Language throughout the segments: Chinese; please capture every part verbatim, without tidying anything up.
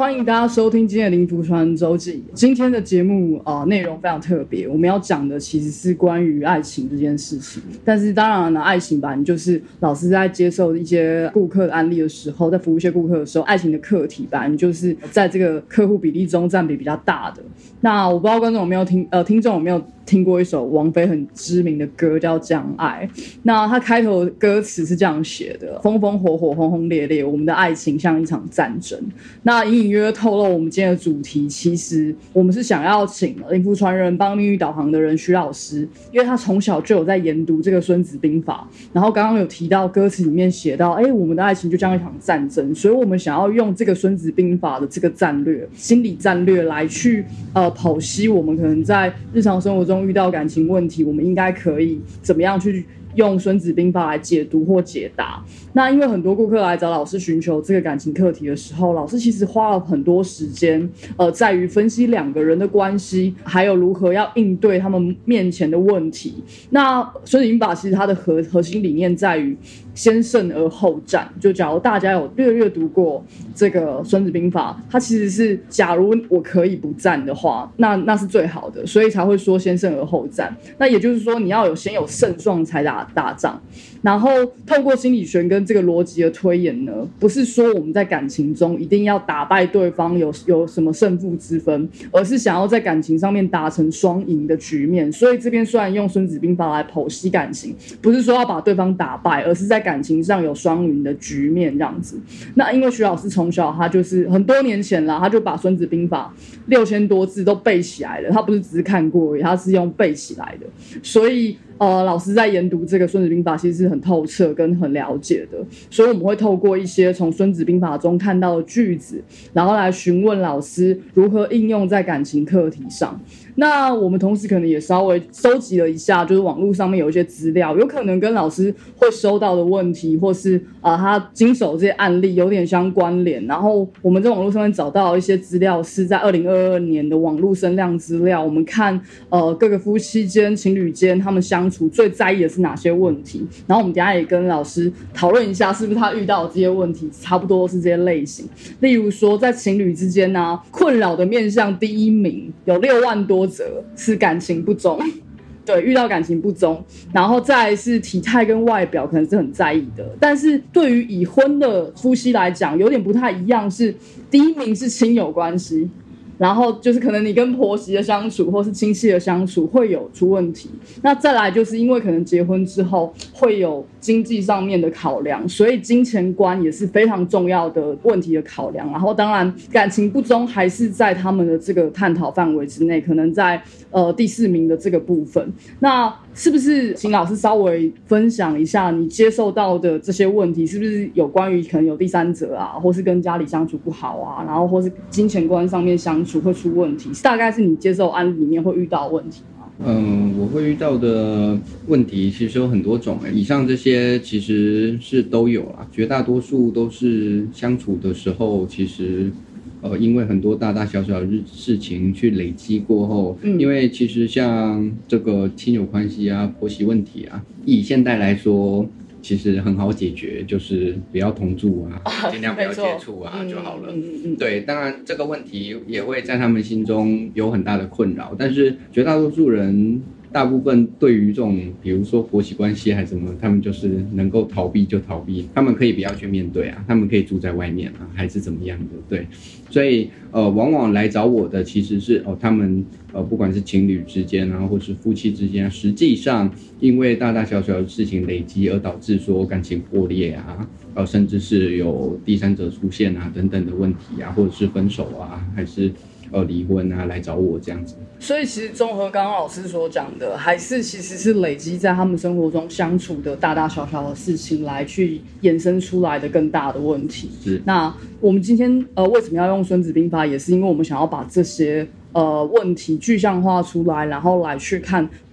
欢迎大家收听今天的灵福传周记。今天的节目啊、呃、内容非常特别，我们要讲的其实是关于爱情这件事情。但是当然呢，爱情吧，你就是老师在接受一些顾客的案例的时候，在服务一些顾客的时候，爱情的课题吧，你就是在这个客户比例中占比比较大的。那我不知道观众有没有听呃听众有没有听过一首王菲很知名的歌叫《将爱》。那它开头的歌词是这样写的：风风火火，轰轰烈烈，我们的爱情像一场战争。那隐隐约约透露我们今天的主题，其实我们是想要请灵福传人帮命运导航的人徐老师，因为他从小就有在研读这个孙子兵法，然后刚刚有提到歌词里面写到，哎，我们的爱情就像一场战争，所以我们想要用这个孙子兵法的这个战略、心理战略来去呃剖析我们可能在日常生活中遇到感情问题，我们应该可以怎么样去用孙子兵法来解读或解答。那因为很多顾客来找老师寻求这个感情课题的时候，老师其实花了很多时间呃，在于分析两个人的关系，还有如何要应对他们面前的问题。那孙子兵法其实它的核核心理念在于先胜而后战，就假如大家有略略读过这个孙子兵法，它其实是假如我可以不战的话，那那是最好的，所以才会说先胜而后战。那也就是说你要有先有胜状才打打仗。然后透过心理学跟这个逻辑的推演呢，不是说我们在感情中一定要打败对方，有有什么胜负之分，而是想要在感情上面达成双赢的局面。所以这边虽然用孙子兵法来剖析感情，不是说要把对方打败，而是在感情上有双赢的局面这样子。那因为徐老师从小他就是很多年前啦，他就把孙子兵法六千多字都背起来了，他不是只是看过而已，他是用背起来的。所以呃，老师在研读这个孙子兵法其实是很透彻跟很了解的，所以我们会透过一些从孙子兵法中看到的句子，然后来询问老师如何应用在感情课题上。那我们同时可能也稍微收集了一下，就是网络上面有一些资料，有可能跟老师会收到的问题，或是啊、呃、他经手这些案例有点相关联。然后我们在网络上面找到一些资料，是在二零二二年的网络声量资料。我们看呃各个夫妻间、情侣间他们相处最在意的是哪些问题，然后我们等一下也跟老师讨论一下，是不是他遇到的这些问题差不多是这些类型。例如说，在情侣之间呢、啊，困扰的面向第一名有六万多则是感情不忠，对，遇到感情不忠，然后再来是体态跟外表可能是很在意的，但是对于已婚的夫妻来讲，有点不太一样，是第一名是亲友关系。然后就是可能你跟婆媳的相处或是亲戚的相处会有出问题，那再来就是因为可能结婚之后会有经济上面的考量，所以金钱观也是非常重要的问题的考量。然后当然感情不忠还是在他们的这个探讨范围之内，可能在呃第四名的这个部分。那是不是请老师稍微分享一下你接受到的这些问题，是不是有关于可能有第三者啊，或是跟家里相处不好啊，然后或是金钱观上面相处会出问题，大概是你接受案例里面会遇到的问题吗？ 嗯，我会遇到的问题其实有很多种，以上这些其实是都有啦，绝大多数都是相处的时候其实呃，因为很多大大小小的事情去累积过后、嗯、因为其实像这个亲友关系啊、婆媳问题啊，以现代来说其实很好解决，就是不要同住啊，尽量不要接触啊就好了、嗯嗯嗯、对，当然这个问题也会在他们心中有很大的困扰，但是绝大多数人大部分对于这种比如说婆媳关系还是什么，他们就是能够逃避就逃避，他们可以不要去面对啊，他们可以住在外面啊，还是怎么样的，对，所以呃，往往来找我的其实是哦，他们呃，不管是情侣之间啊，或是夫妻之间、啊，实际上因为大大小小的事情累积而导致说感情破裂啊，呃，甚至是有第三者出现啊等等的问题啊，或者是分手啊，还是呃离婚啊，来找我这样子。 所以其实综合刚刚老师所讲的，还是其实是累积在他们生活中相处的大大小小的事情来去衍生出来的更大的问题。 是。那我们今天呃为什么要用孙子兵法，也是因为我们想要把这些呃问题具象化出来，然后来去看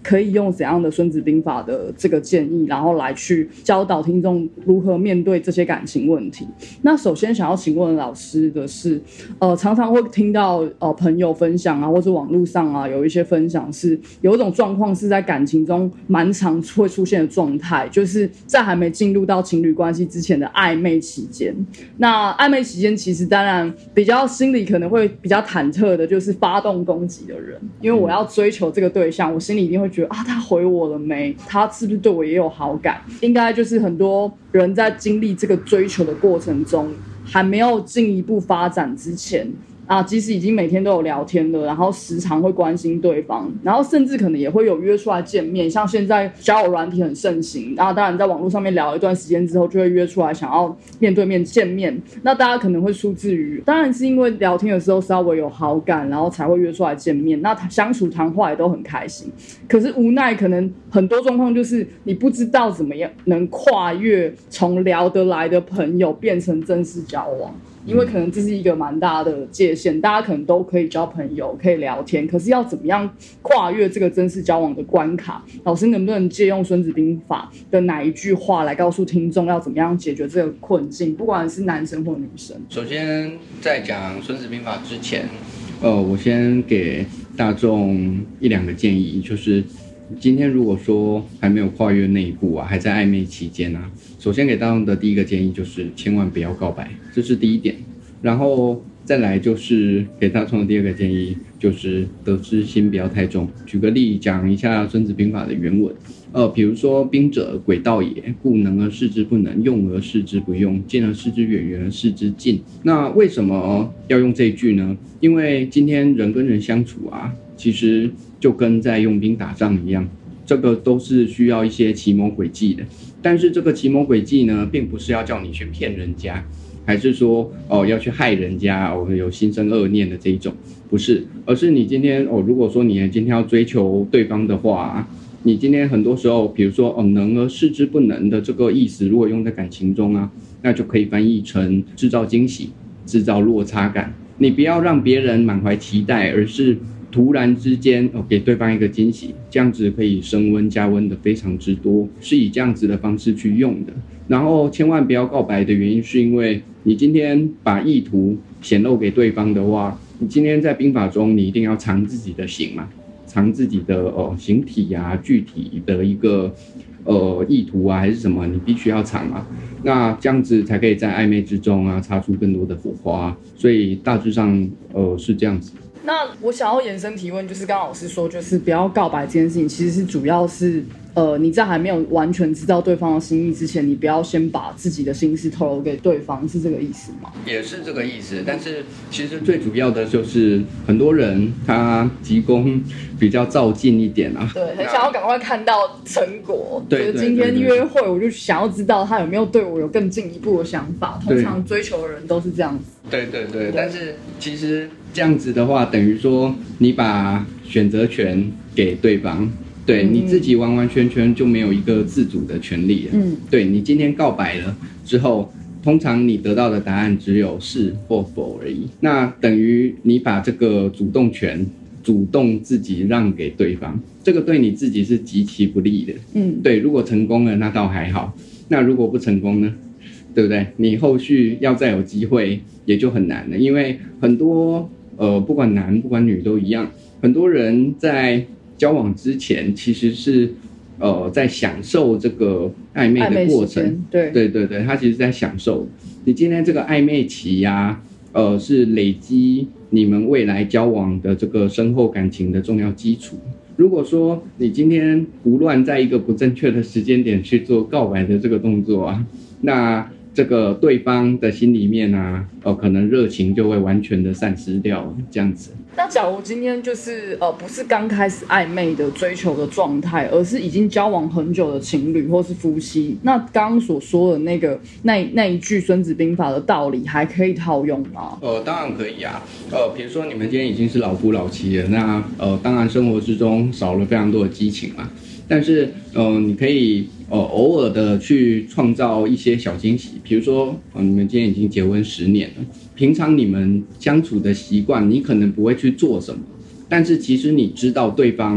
可以用怎样的孙子兵法的这个建议，然后来去教导听众如何面对这些感情问题。那首先想要请问老师的是，呃，常常会听到呃朋友分享啊，或者网络上啊有一些分享是有一种状况是在感情中蛮常会出现的状态，就是在还没进入到情侣关系之前的暧昧期间。那暧昧期间其实当然比较心里可能会比较忐忑的就是发动攻击的人，因为我要追求这个对象，我心里一定会觉得啊，他回我了没？他是不是对我也有好感？应该就是很多人在经历这个追求的过程中，还没有进一步发展之前啊，即使已经每天都有聊天了，然后时常会关心对方，然后甚至可能也会有约出来见面，像现在交友软体很盛行，然后当然在网络上面聊一段时间之后，就会约出来想要面对面见面。那大家可能会出自于，当然是因为聊天的时候稍微有好感，然后才会约出来见面，那相处谈话也都很开心。可是无奈可能很多状况就是你不知道怎么样能跨越从聊得来的朋友变成正式交往。因为可能这是一个蛮大的界限，大家可能都可以交朋友，可以聊天，可是要怎么样跨越这个正式交往的关卡？老师能不能借用《孙子兵法》的哪一句话来告诉听众要怎么样解决这个困境？不管是男生或女生。 首先，在讲《孙子兵法》之前，呃，我先给大众一两个建议，就是今天如果说还没有跨越那一步啊，还在暧昧期间啊，首先给大众的第一个建议就是千万不要告白，这是第一点。然后再来就是给大众的第二个建议，就是得失心不要太重。举个例讲一下《孙子兵法》的原文，呃，比如说兵者，诡道也，故能而示之不能，用而示之不用，近而示之远，远而示之近。那为什么要用这一句呢？因为今天人跟人相处啊，其实就跟在用兵打仗一样，这个都是需要一些奇谋诡计的。但是这个奇谋诡计呢，并不是要叫你去骗人家，还是说哦要去害人家，哦有心生恶念的这一种，不是，而是你今天哦，如果说你今天要追求对方的话，你今天很多时候，比如说哦能而示之不能的这个意思，如果用在感情中啊，那就可以翻译成制造惊喜，制造落差感。你不要让别人满怀期待，而是突然之间哦给对方一个惊喜，这样子可以升温加温的非常之多，是以这样子的方式去用的。然后千万不要告白的原因，是因为你今天把意图显露给对方的话，你今天在兵法中你一定要藏自己的形嘛，藏自己的呃形体啊，具体的一个呃意图啊还是什么，你必须要藏啊。那这样子才可以在暧昧之中啊擦出更多的火花。所以大致上呃是这样子。 那我想要延伸提问，就是刚刚老师说，就是不要告白这件事情，其实是主要是，呃，你在还没有完全知道对方的心意之前，你不要先把自己的心事透露给对方，是这个意思吗？ 也是这个意思，但是其实最主要的就是很多人他急功比较躁进一点啊， 对，很想要赶快看到成果。 对， 就是今天约会，我就想要知道他有没有对我有更进一步的想法。通常追求的人都是这样子。 对对 对, 对，但是其实这样子的话，等于说你把选择权给对方，对、嗯、你自己完完全全就没有一个自主的权利了。嗯，对，你今天告白了之后，通常你得到的答案只有是或否而已，那等于你把这个主动权主动自己让给对方，这个对你自己是极其不利的。嗯，对，如果成功了那倒还好，那如果不成功呢？对不对？你后续要再有机会也就很难了，因为很多呃，不管男不管女都一样，很多人在交往之前其实是呃在享受这个暧昧的过程。对对对对，他其实在享受。你今天这个暧昧期呀、啊，呃，是累积你们未来交往的这个深厚感情的重要基础。如果说你今天胡乱在一个不正确的时间点去做告白的这个动作啊，那这个对方的心里面啊，呃，可能热情就会完全的散失掉，这样子。 那假如今天就是呃，不是刚开始暧昧的追求的状态，而是已经交往很久的情侣或是夫妻，那刚刚所说的那个那那一句《孙子兵法》的道理，还可以套用吗？ 呃，当然可以啊。呃，比如说你们今天已经是老夫老妻了，那呃，当然生活之中少了非常多的激情嘛。但是，呃，你可以呃偶尔的去创造一些小惊喜，比如说，呃，你们今天已经结婚十年了，平常你们相处的习惯，你可能不会去做什么，但是其实你知道对方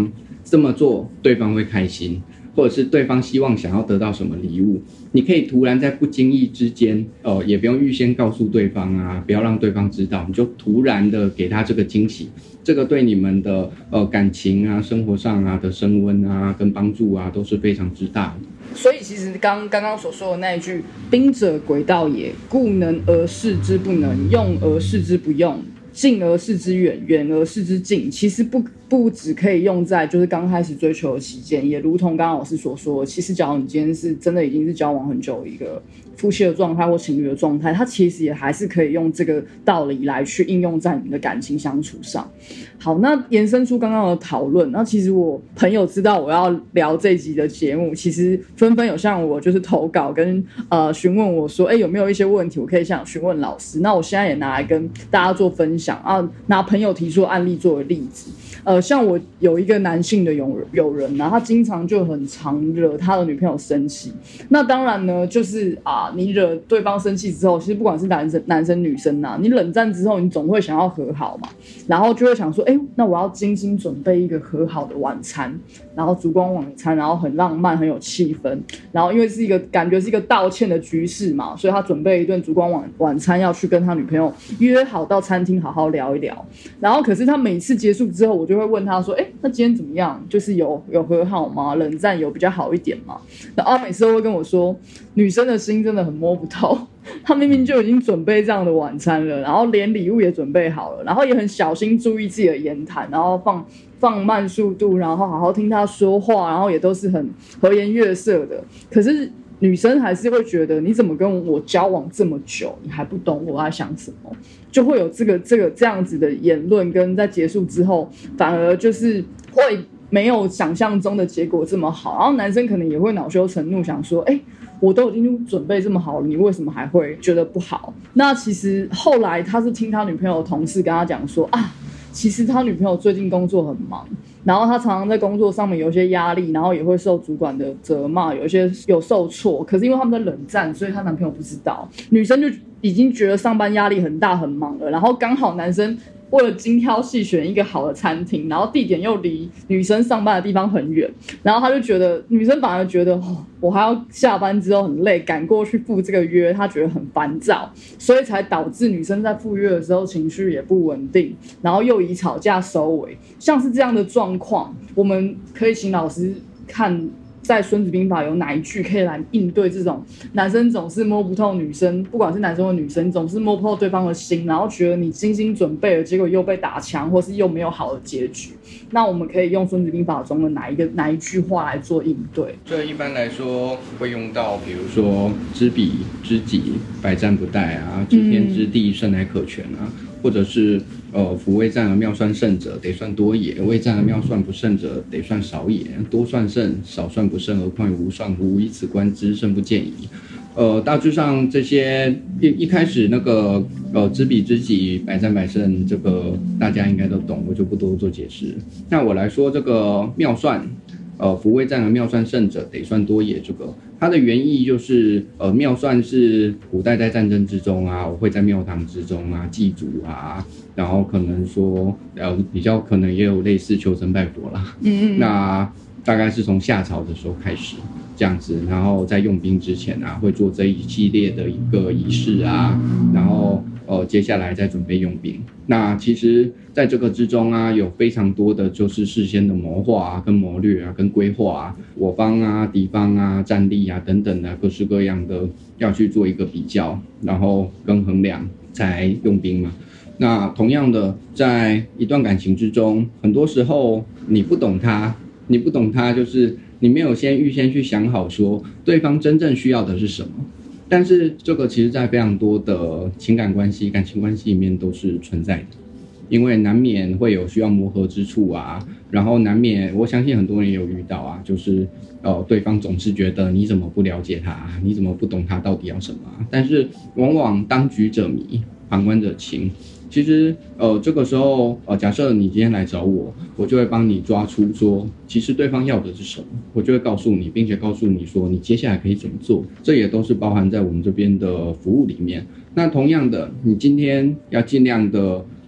这么做对方会开心，或者是对方希望想要得到什么礼物，你可以突然在不经意之间，呃，也不用预先告诉对方啊，不要让对方知道，你就突然的给他这个惊喜，这个对你们的呃感情啊、生活上啊的升温啊、跟帮助啊，都是非常之大的。 所以其实刚刚刚所说的那一句“兵者诡道也，故能而示之不能，用而示之不用，近而视之远，远而视之近”，其实不不只可以用在就是刚开始追求的期间，也如同刚刚老师所说的，其实假如你今天是真的已经是交往很久一个夫妻的状态或情侣的状态，它其实也还是可以用这个道理来去应用在你们的感情相处上。好，那延伸出刚刚的讨论，那其实我朋友知道我要聊这一集的节目，其实纷纷有向我就是投稿跟呃询问我说，哎，有没有一些问题我可以想询问老师？那我现在也拿来跟大家做分享啊，拿朋友提出的案例作为例子。呃，像我有一个男性的友友人啊，他经常就很常惹他的女朋友生气。那当然呢，就是啊，你惹对方生气之后，其实不管是男生男生女生啊，你冷战之后，你总会想要和好嘛，然后就会想说，哎，那我要精心准备一个和好的晚餐，然后烛光晚餐，然后很浪漫，很有气氛，然后因为是一个感觉是一个道歉的局势嘛，所以他准备一顿烛光晚晚餐，要去跟他女朋友约好到餐厅好好聊一聊。然后可是他每次结束之后，我就会问他说，哎，那今天怎么样？就是有有和好吗？冷战有比较好一点吗？然后他每次都会跟我说，女生的心真的很摸不透。他明明就已经准备这样的晚餐了，然后连礼物也准备好了，然后也很小心注意自己的言谈，然后放放慢速度，然后好好听他说话，然后也都是很和颜悦色的。可是女生还是会觉得，你怎么跟我交往这么久，你还不懂我在想什么？就会有这个这个这样子的言论，跟在结束之后，反而就是会没有想象中的结果这么好。然后男生可能也会恼羞成怒，想说，哎，我都已经准备这么好了，你为什么还会觉得不好？那其实后来他是听他女朋友的同事跟他讲说啊，其实他女朋友最近工作很忙，然后他常常在工作上面有一些压力，然后也会受主管的责骂，有一些有受挫。可是因为他们在冷战，所以她男朋友不知道，女生就已经觉得上班压力很大很忙了，然后刚好男生为了精挑细选一个好的餐厅，然后地点又离女生上班的地方很远，然后他就觉得女生反而觉得、哦、我还要下班之后很累，赶过去赴这个约，他觉得很烦躁，所以才导致女生在赴约的时候情绪也不稳定，然后又以吵架收尾。像是这样的状况，我们可以请老师看在《孙子兵法》有哪一句可以来应对这种男生总是摸不透女生，不管是男生或女生，总是摸不透对方的心，然后觉得你精心准备了，结果又被打枪，或是又没有好的结局。那我们可以用《孙子兵法》中的哪一个哪一句话来做应对？ 这一般来说会用到，比如说知彼知己，百战不殆啊，知天知地，胜乃可全啊，嗯、或者是呃，夫未战而妙算胜者，得算多也；未战而妙算不胜者，得算少也。多算胜，少算不胜，何况无算乎？以此观之，胜不见矣。呃，大致上这些一一开始那个呃知彼知己，百战百胜，这个大家应该都懂，我就不多做解释。那我来说这个妙算。呃，夫未战而妙算胜者，得算多也。这个它的原意就是，呃，妙算是古代在战争之中啊，我会在庙堂之中啊祭祖啊，然后可能说，呃，比较可能也有类似求神拜佛啦。嗯嗯。那大概是从夏朝的时候开始这样子，然后在用兵之前啊，会做这一系列的一个仪式啊，然后呃，接下来再准备用兵。那其实在这个之中啊，有非常多的就是事先的谋划啊、跟谋略啊、跟规划啊，我方啊、敌方啊、战力啊等等的各式各样的要去做一个比较，然后跟衡量才用兵嘛。那同样的，在一段感情之中，很多时候你不懂他，你不懂他就是你没有先预先去想好说对方真正需要的是什么。但是这个其实在非常多的情感关系、感情关系里面都是存在的，因为难免会有需要磨合之处啊，然后难免，我相信很多人也有遇到啊，就是呃对方总是觉得你怎么不了解他啊，你怎么不懂他到底要什么啊？但是往往当局者迷，旁观者清。其实呃这个时候呃假设你今天来找我，我就会帮你抓出说其实对方要的是什么，我就会告诉你，并且告诉你说你接下来可以怎么做，这也都是包含在我们这边的服务里面。那同样的，你今天要尽量的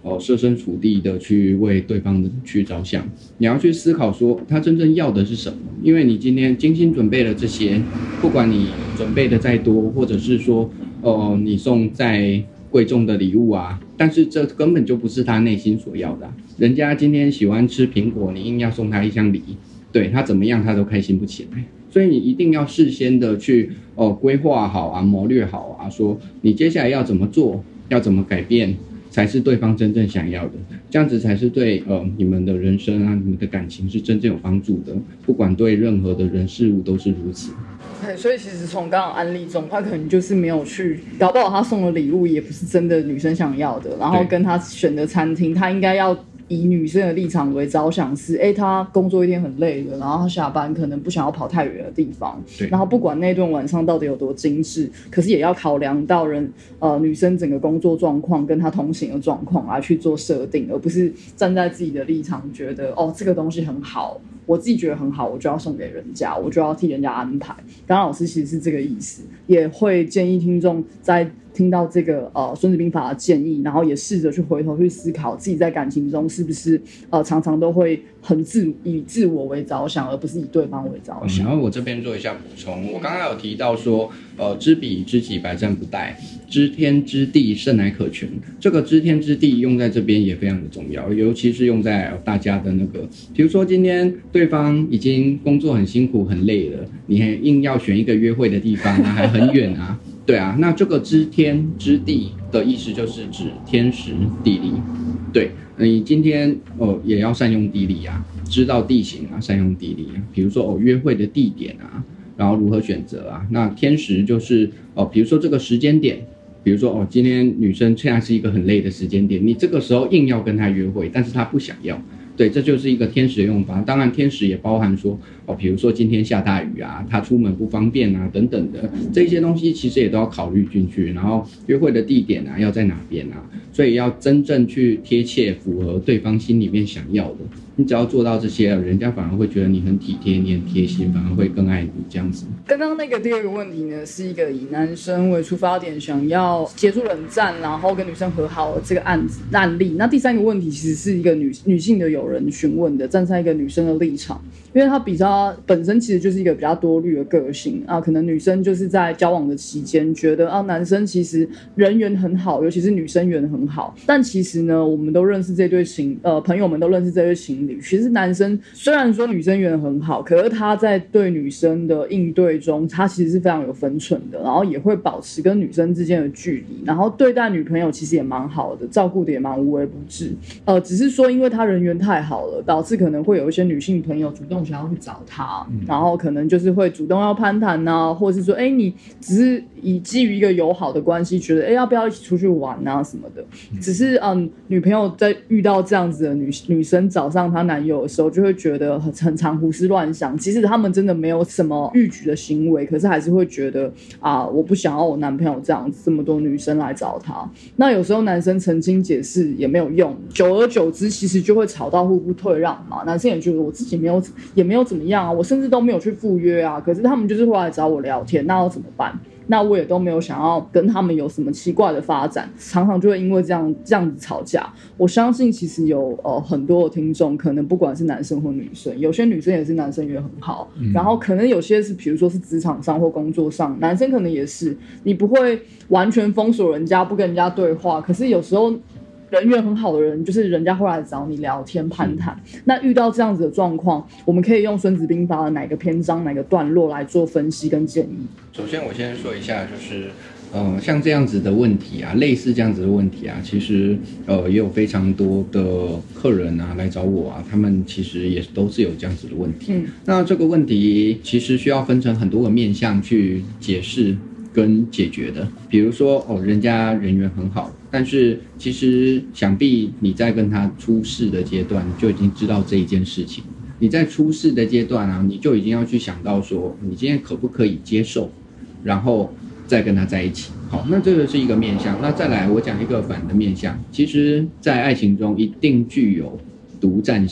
哦设身处地的去为对方的去着想，你要去思考说他真正要的是什么，因为你今天精心准备了这些，不管你准备的再多，或者是说哦你送再贵重的礼物啊，但是这根本就不是他内心所要的啊。人家今天喜欢吃苹果，你硬要送他一箱梨，对他怎么样他都开心不起来。所以你一定要事先的去哦规划好啊，谋略好啊，说你接下来要怎么做，要怎么改变，才是对方真正想要的，这样子才是对呃你们的人生啊，你们的感情是真正有帮助的，不管对任何的人事物都是如此。 对，所以其实从刚刚案例中，他可能就是没有去，搞不好他送的礼物也不是真的女生想要的，然后跟他选的餐厅，他应该要以女生的立场为着想是，哎，她工作一天很累的，然后她下班可能不想要跑太远的地方，然后不管那顿晚上到底有多精致，可是也要考量到人呃女生整个工作状况跟她同行的状况来去做设定，而不是站在自己的立场觉得哦这个东西很好，我自己觉得很好，我就要送给人家，我就要替人家安排。刚刚老师其实是这个意思，也会建议听众在听到这个呃孙子兵法的建议，然后也试着去回头去思考自己在感情中是不是呃常常都会很自以自我为着想，而不是以对方为着想。 嗯、然后我这边做一下补充，我刚刚有提到说，呃，知彼知己，百战不殆；知天知地，胜乃可全。这个知天知地用在这边也非常的重要，尤其是用在、呃、大家的那个，比如说今天对方已经工作很辛苦很累了，你还硬要选一个约会的地方啊，还很远啊。对啊，那这个知天知地的意思就是指天时地利。对，你今天哦也要善用地利啊，知道地形啊，善用地利啊。比如说哦约会的地点啊，然后如何选择啊。那天时就是哦，比如说这个时间点，比如说哦今天女生现在是一个很累的时间点，你这个时候硬要跟她约会，但是她不想要。对，这就是一个天时的用法。当然天时也包含说哦，比如说今天下大雨啊，他出门不方便啊等等的，这些东西其实也都要考虑进去。然后约会的地点啊要在哪边啊，所以要真正去贴切符合对方心里面想要的。你只要做到这些，人家反而会觉得你很体贴，你很贴心，反而会更爱你这样子。 刚刚那个第二个问题呢，是一个以男生为出发点，想要结束冷战，然后跟女生和好的这个案子案例。那第三个问题其实是一个女女性的友人询问的，站在一个女生的立场，因为她比较本身其实就是一个比较多虑的个性啊，可能女生就是在交往的期间觉得啊，男生其实人缘很好，尤其是女生缘很好，但其实呢，我们都认识这对情呃朋友们都认识这对情侣，其实男生虽然说女生缘很好，可是他在对女生的应对中，他其实是非常有分寸的，然后也会保持跟女生之间的距离，然后对待女朋友其实也蛮好的，照顾的也蛮无微不至。呃，只是说因为他人缘太好了，导致可能会有一些女性朋友主动想要去找他，嗯、然后可能就是会主动要攀谈啊，或者是说，哎，你只是以基于一个友好的关系，觉得哎要不要一起出去玩啊什么的。只是嗯，女朋友在遇到这样子的女女生找上她男友的时候，就会觉得很很常胡思乱想。其实他们真的没有什么逾矩的行为，可是还是会觉得啊，我不想要我男朋友这样子，这么多女生来找他。那有时候男生澄清解释也没有用，久而久之，其实就会吵到互不退让嘛。男生也觉得我自己没有也没有怎么样啊，我甚至都没有去赴约啊，可是他们就是会来找我聊天，那要怎么办？那我也都没有想要跟他们有什么奇怪的发展，常常就会因为这样这样子吵架。我相信其实有呃很多的听众，可能不管是男生或女生，有些女生也是男生缘很好，嗯、然后可能有些是比如说是职场上或工作上，男生可能也是，你不会完全封锁人家，不跟人家对话，可是有时候人缘很好的人，就是人家会来找你聊天攀谈。那遇到这样子的状况，我们可以用《孙子兵法》的哪个篇章、哪个段落来做分析跟建议？ 首先，我先说一下，就是，呃，像这样子的问题啊，类似这样子的问题啊，其实呃也有非常多的客人啊来找我啊，他们其实也都是有这样子的问题。嗯，那这个问题其实需要分成很多个面向去解释跟解决的。比如说，哦，人家人缘很好。但是其实想必你在跟他出事的阶段就已经知道这一件事情，你在出事的阶段啊，你就已经要去想到说你今天可不可以接受，然后再跟他在一起。好，那这个是一个面向。那再来我讲一个反的面向，其实在爱情中一定具有独占性，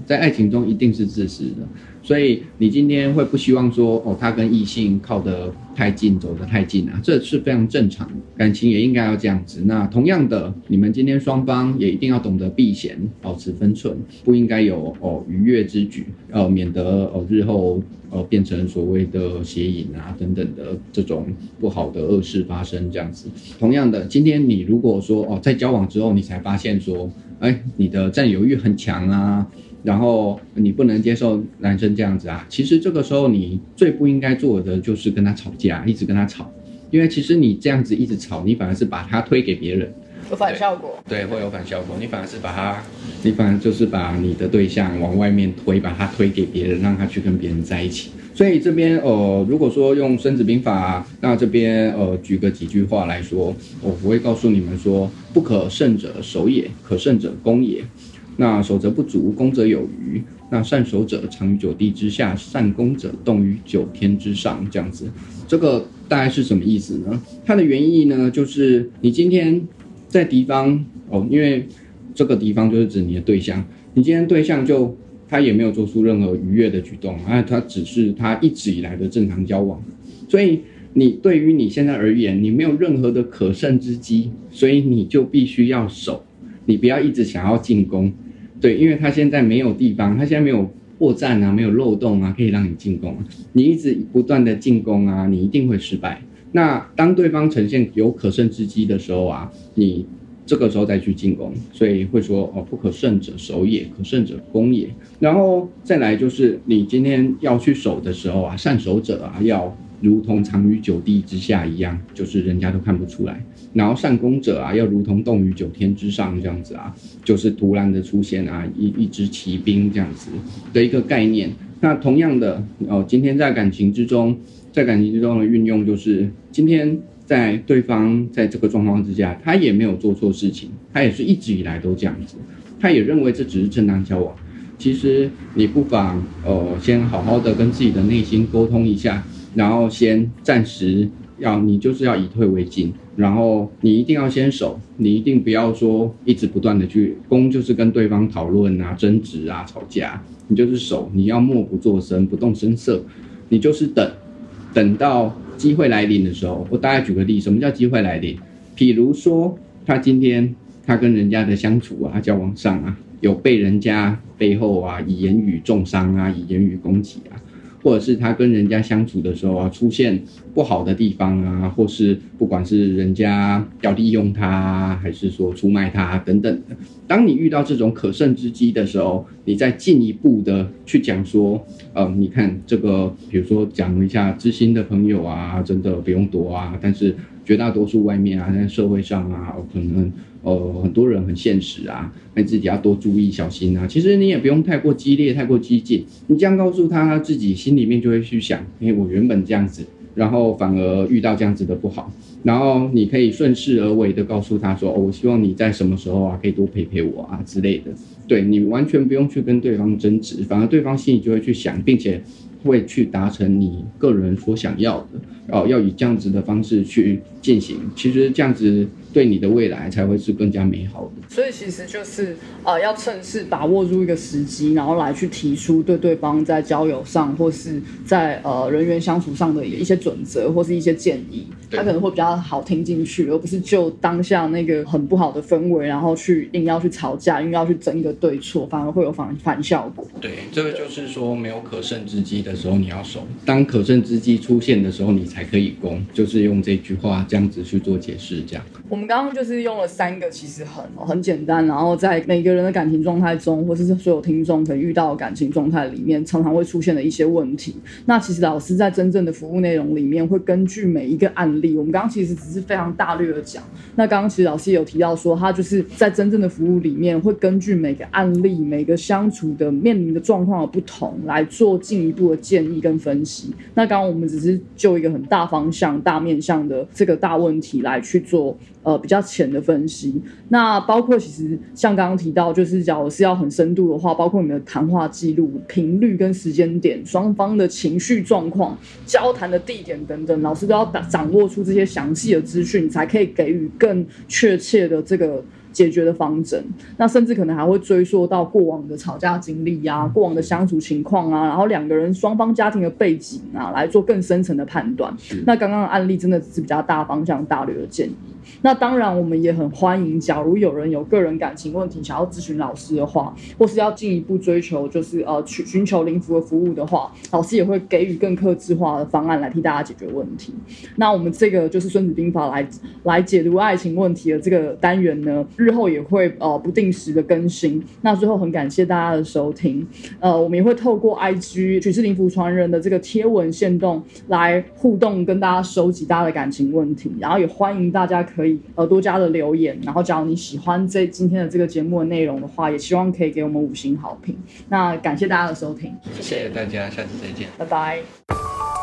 在爱情中一定是自私的。所以你今天会不希望说哦，他跟异性靠得太近，走得太近啊，这是非常正常的，感情也应该要这样子。那同样的，你们今天双方也一定要懂得避嫌，保持分寸，不应该有哦逾越之举，呃，免得哦日后呃变成所谓的邪淫啊等等的这种不好的恶事发生这样子。同样的，今天你如果说哦在交往之后你才发现说，哎，你的占有欲很强啊。然后你不能接受男生这样子啊，其实这个时候你最不应该做的就是跟他吵架，一直跟他吵，因为其实你这样子一直吵，你反而是把他推给别人， 有反效果。 对，会有反效果，你反而是把他，你反而就是把你的对象往外面推，把他推给别人，让他去跟别人在一起。所以这边呃，如果说用孙子兵法，那这边呃举个几句话来说，我会告诉你们说，不可胜者守也，可胜者攻也。那守则不足，攻则有余。那善守者藏于九地之下，善攻者动于九天之上。这样子，这个大概是什么意思呢？它的原意呢，就是你今天在敌方哦，因为这个敌方就是指你的对象，你今天对象就他也没有做出任何逾越的举动，啊，他只是他一直以来的正常交往，所以你对于你现在而言，你没有任何的可胜之机，所以你就必须要守，你不要一直想要进攻。对，因为他现在没有地方，他现在没有破绽啊，没有漏洞啊，可以让你进攻。你一直不断的进攻啊，你一定会失败。那当对方呈现有可胜之机的时候啊，你这个时候再去进攻，所以会说哦，不可胜者守也，可胜者攻也。然后再来就是你今天要去守的时候啊，善守者啊，要如同藏于九地之下一样，就是人家都看不出来。然后善攻者啊，要如同动于九天之上这样子啊，就是突然的出现啊，一一支骑兵这样子的一个概念。那同样的哦，今天在感情之中，在感情之中的运用就是，今天在对方在这个状况之下，他也没有做错事情，他也是一直以来都这样子，他也认为这只是正当交往。其实你不妨呃先好好的跟自己的内心沟通一下，然后先暂时要你就是要以退为进，然后你一定要先守，你一定不要说一直不断的去攻，就是跟对方讨论啊、争执啊、吵架，你就是守，你要默不作声、不动声色，你就是等，等到机会来临的时候。我大概举个例，什么叫机会来临？譬如说他今天他跟人家的相处啊、交往上啊，有被人家背后啊以言语重伤啊，以言语攻击啊。或者是他跟人家相处的时候啊，出现不好的地方啊，或是不管是人家要利用他，还是说出卖他等等的。当你遇到这种可胜之机的时候，你再进一步的去讲说，呃，你看这个，比如说讲一下知心的朋友啊，真的不用多啊，但是绝大多数外面啊，在社会上啊，可能呃很多人很现实啊，你自己要多注意小心啊。其实你也不用太过激烈，太过激进，你这样告诉他，他自己心里面就会去想，因为我原本这样子，然后反而遇到这样子的不好，然后你可以顺势而为的告诉他说，哦，我希望你在什么时候啊可以多陪陪我啊之类的。对，你完全不用去跟对方争执，反而对方心里就会去想，并且会去达成你个人所想要的，哦，要以这样子的方式去进行，其实这样子对你的未来才会是更加美好的。 所以其实就是呃，要趁势把握住一个时机，然后来去提出对对方在交友上或是在呃人员相处上的一些准则或是一些建议，他可能会比较好听进去，而不是就当下那个很不好的氛围，然后去硬要去吵架，硬要去争一个对错，反而会有反反效果。 对，这个就是说没有可胜之机的时候你要守，当可胜之机出现的时候你才可以攻，就是用这句话这样子去做解释。这样我们刚刚就是用了三个其实很很简单，然后在每个人的感情状态中，或是所有听众可能遇到的感情状态里面常常会出现的一些问题。那其实老师在真正的服务内容里面会根据每一个案例，我们刚刚其实只是非常大略的讲，那刚刚其实老师也有提到说，他就是在真正的服务里面会根据每个案例每个相处的面临的状况的不同来做进一步的建议跟分析。那刚刚我们只是就一个很大方向大面向的这个大问题来去做呃比较浅的分析。那包括其实像刚刚提到，就是假如是要很深度的话，包括你们的谈话记录频率跟时间点，双方的情绪状况，交谈的地点等等，老师都要掌握出这些详细的资讯，才可以给予更确切的这个解决的方针。那甚至可能还会追溯到过往的吵架经历啊，过往的相处情况啊，然后两个人双方家庭的背景啊，来做更深层的判断。那刚刚的案例真的只是比较大方向大略的建议。那当然我们也很欢迎，假如有人有个人感情问题想要咨询老师的话，或是要进一步追求就是呃去寻求灵符的服务的话，老师也会给予更客制化的方案来替大家解决问题。那我们这个就是孙子兵法来来解读爱情问题的这个单元呢，日后也会呃不定时的更新。那最后很感谢大家的收听，呃我们也会透过 I G 曲是灵符传人的这个贴文限动来互动，跟大家收集大家的感情问题，然后也欢迎大家可以呃多加的留言，然后假如你喜欢这今天的这个节目的内容的话，也希望可以给我们五星好评。那感谢大家的收听， 谢谢大家，下次再见， 拜拜。